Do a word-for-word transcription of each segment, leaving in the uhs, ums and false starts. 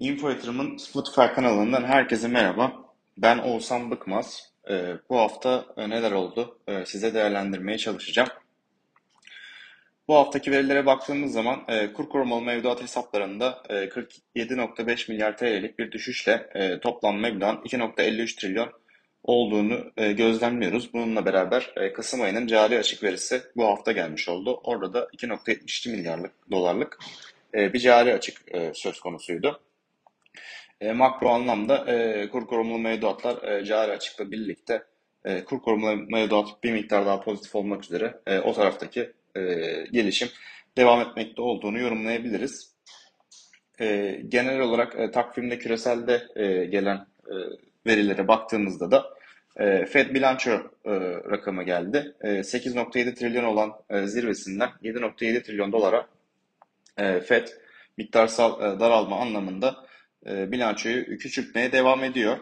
Info Yatırım'ın Spotify kanalından herkese merhaba. Ben Oğuzhan Bıkmaz. Ee, bu hafta e, neler oldu? Ee, size değerlendirmeye çalışacağım. Bu haftaki verilere baktığımız zaman e, kur korumalı mevduat hesaplarında e, kırk yedi nokta beş milyar T L'lik bir düşüşle e, toplam meblağın iki nokta elli üç trilyon olduğunu e, gözlemliyoruz. Bununla beraber e, Kasım ayının cari açık verisi bu hafta gelmiş oldu. Orada da iki nokta yetmiş iki milyarlık dolarlık e, bir cari açık e, söz konusuydu. E, makro anlamda e, kur korumalı mevduatlar e, cari açıkla birlikte e, kur korumalı mevduat bir miktar daha pozitif olmak üzere e, o taraftaki e, gelişim devam etmekte olduğunu yorumlayabiliriz. E, genel olarak e, takvimde küreselde e, gelen e, verilere baktığımızda da e, Fed bilanço e, rakamı geldi. E, sekiz nokta yedi trilyon olan e, zirvesinden yedi nokta yedi trilyon dolara e, Fed miktarsal e, daralma anlamında e, bilançoyu küçültmeye devam ediyor.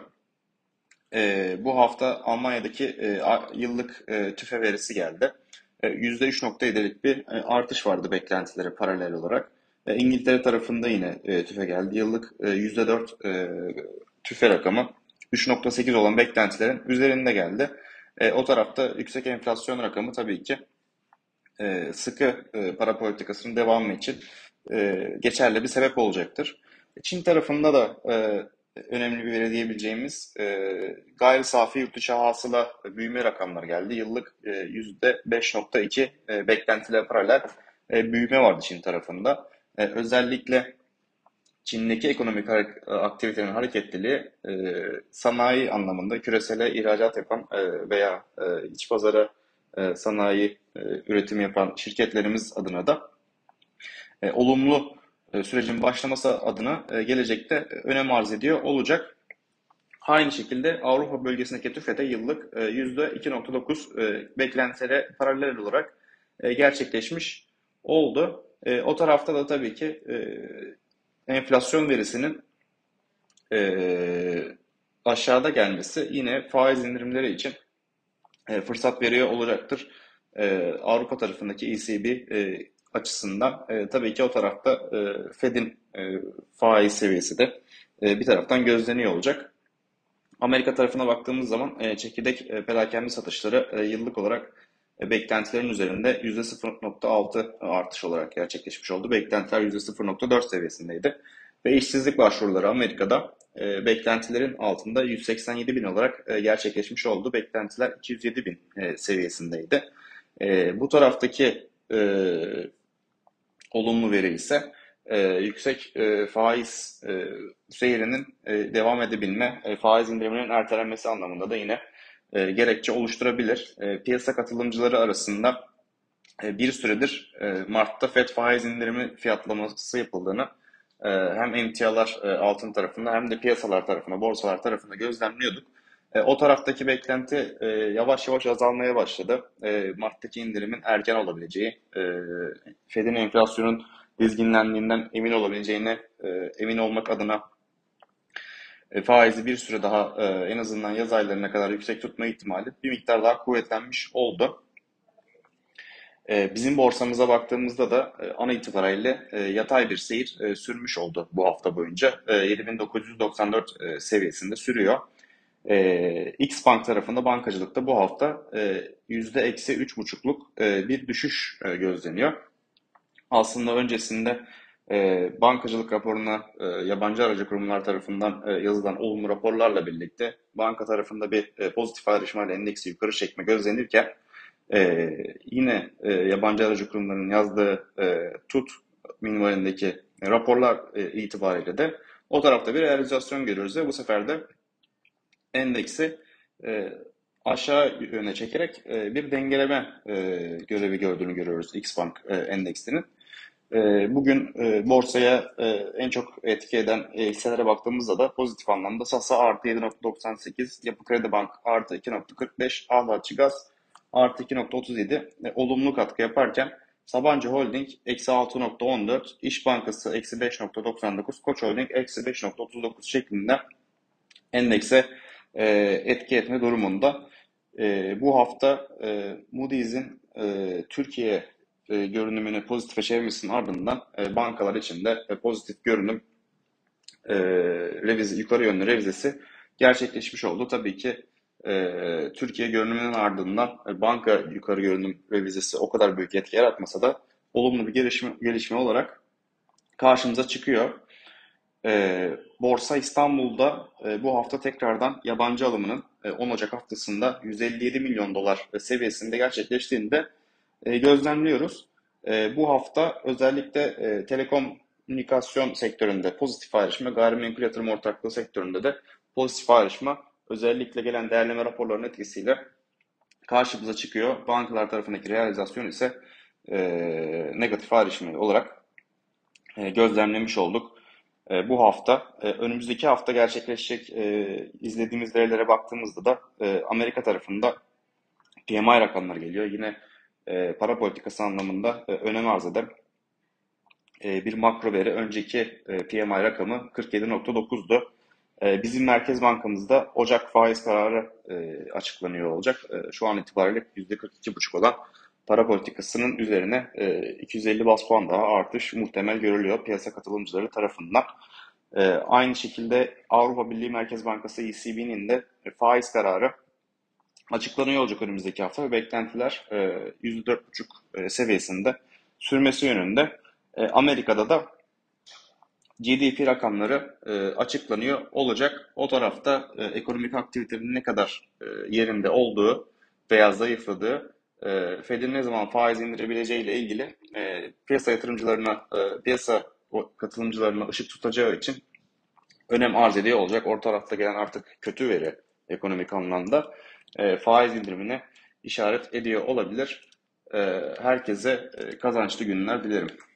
E, bu hafta Almanya'daki e, yıllık e, tüfe verisi geldi. E, yüzde üç nokta yedilik bir e, artış vardı beklentilere paralel olarak. E, İngiltere tarafında yine e, tüfe geldi. Yıllık e, yüzde dört e, tüfe rakamı üç nokta sekiz olan beklentilerin üzerinde geldi. E, o tarafta yüksek enflasyon rakamı tabii ki e, sıkı e, para politikasının devamı için e, geçerli bir sebep olacaktır. Çin tarafında da e, önemli bir veri diyebileceğimiz e, gayri safi yurt dışı hasıla büyüme rakamları geldi. Yıllık e, yüzde beş nokta iki e, beklentiler paralel e, büyüme vardı Çin tarafında. E, özellikle Çin'deki ekonomik aktivitenin hareketliliği e, sanayi anlamında küresele ihracat yapan e, veya e, iç pazara e, sanayi e, üretim yapan şirketlerimiz adına da e, olumlu e, sürecin başlaması adına e, gelecekte önem arz ediyor olacak. Aynı şekilde Avrupa bölgesindeki TÜFE'de yıllık e, yüzde iki nokta dokuz e, beklentilere paralel olarak e, gerçekleşmiş oldu. E, o tarafta da tabii ki e, enflasyon verisinin e, aşağıda gelmesi yine faiz indirimleri için e, fırsat veriyor olacaktır. E, Avrupa tarafındaki E C B e, açısından e, tabii ki o tarafta e, Fed'in e, faiz seviyesi de e, bir taraftan gözleniyor olacak. Amerika tarafına baktığımız zaman e, çekirdek e, perakende satışları e, yıllık olarak e, beklentilerin üzerinde yüzde sıfır nokta altı artış olarak gerçekleşmiş oldu. Beklentiler yüzde sıfır nokta dört seviyesindeydi. Ve işsizlik başvuruları Amerika'da e, beklentilerin altında yüz seksen yedi bin olarak e, gerçekleşmiş oldu. Beklentiler iki yüz yedi bin e, seviyesindeydi. E, bu taraftaki e, olumlu veri ise e, yüksek e, faiz e, seyrinin e, devam edebilme, e, faiz indiriminin ertelenmesi anlamında da yine e, gerekçe oluşturabilir. E, piyasa katılımcıları arasında e, bir süredir e, Mart'ta Fed faiz indirimi fiyatlaması yapıldığını e, hem emtialar e, altın tarafında hem de piyasalar tarafında, borsalar tarafında gözlemliyorduk. E, o taraftaki beklenti e, yavaş yavaş azalmaya başladı. E, Mart'taki indirimin erken olabileceği, e, Fed'in enflasyonun dizginlendiğinden emin olabileceğine e, emin olmak adına e, faizi bir süre daha e, en azından yaz aylarına kadar yüksek tutma ihtimali bir miktar daha kuvvetlenmiş oldu. E, bizim borsamıza baktığımızda da e, an itibariyle e, yatay bir seyir e, sürmüş oldu bu hafta boyunca. E, yedi bin dokuz yüz doksan dört e, seviyesinde sürüyor. E, Xbank tarafında bankacılıkta bu hafta e, yüzde eksi üç buçukluk e, bir düşüş e, gözleniyor. Aslında öncesinde e, bankacılık raporuna e, yabancı aracı kurumlar tarafından e, yazılan olumlu raporlarla birlikte banka tarafında bir e, pozitif ayrışmayla endeksi yukarı çekme gözlenirken e, yine e, yabancı aracı kurumlarının yazdığı e, tut minvalindeki raporlar e, itibariyle de o tarafta bir realizasyon görüyoruz ve bu sefer de endeksi e, aşağı yöne çekerek e, bir dengeleme e, görevi gördüğünü görüyoruz Xbank e, endeksinin. E, bugün e, borsaya e, en çok etki eden e, hisselere baktığımızda da pozitif anlamda Sasa artı yedi nokta doksan sekiz, Yapı Kredi Bank artı iki nokta kırk beş, Ahlatçıgaz artı iki nokta otuz yedi e, olumlu katkı yaparken Sabancı Holding eksi altı nokta on dört, İş Bankası eksi beş nokta doksan dokuz, Koç Holding eksi beş nokta otuz dokuz şeklinde endekse e, etki etme durumunda. E, bu hafta e, Moody's'in e, Türkiye e, görünümünü pozitife çevirmesinin ardından e, bankalar için de e, pozitif görünüm e, revize, yukarı yönlü revizesi gerçekleşmiş oldu. Tabii ki e, Türkiye görünümünün ardından e, banka yukarı görünüm revizesi o kadar büyük etki yaratmasa da olumlu bir gelişme, gelişme olarak karşımıza çıkıyor. E, Borsa İstanbul'da e, bu hafta tekrardan yabancı alımının e, on Ocak haftasında yüz elli yedi milyon dolar seviyesinde gerçekleştiğini de e, gözlemliyoruz. E, bu hafta özellikle e, telekomünikasyon sektöründe pozitif ayrışma, gayrimenkul yatırım ortaklığı sektöründe de pozitif ayrışma, özellikle gelen değerleme raporlarının etkisiyle karşımıza çıkıyor. Bankalar tarafındaki realizasyon ise e, negatif ayrışma olarak e, gözlemlemiş olduk. E, bu hafta, e, önümüzdeki hafta gerçekleşecek e, izlediğimiz verilere baktığımızda da e, Amerika tarafında P M I rakamları geliyor. Yine e, para politikası anlamında e, önem arz eden e, bir makro veri. Önceki e, P M I rakamı kırk yedi nokta dokuzdu. E, bizim Merkez Bankamızda Ocak faiz kararı e, açıklanıyor olacak. E, şu an itibariyle yüzde kırk iki buçuk olan para politikasının üzerine e, iki yüz elli bas puan daha artış muhtemel görülüyor piyasa katılımcıları tarafından. E, aynı şekilde Avrupa Birliği Merkez Bankası E C B'nin de faiz kararı açıklanıyor olacak önümüzdeki hafta ve beklentiler e, yüzde dört buçuk e, seviyesinde sürmesi yönünde. E, Amerika'da da G D P rakamları e, açıklanıyor olacak. O tarafta e, ekonomik aktivitenin ne kadar e, yerinde olduğu veya zayıfladığı, e, Fed'in ne zaman faiz indirebileceği ile ilgili e, piyasa yatırımcılarına, e, piyasa katılımcılarına ışık tutacağı için önem arz ediyor olacak. Orta tarafta gelen artık kötü veri ekonomik anlamda e, faiz indirimine işaret ediyor olabilir. E, herkese e, kazançlı günler dilerim.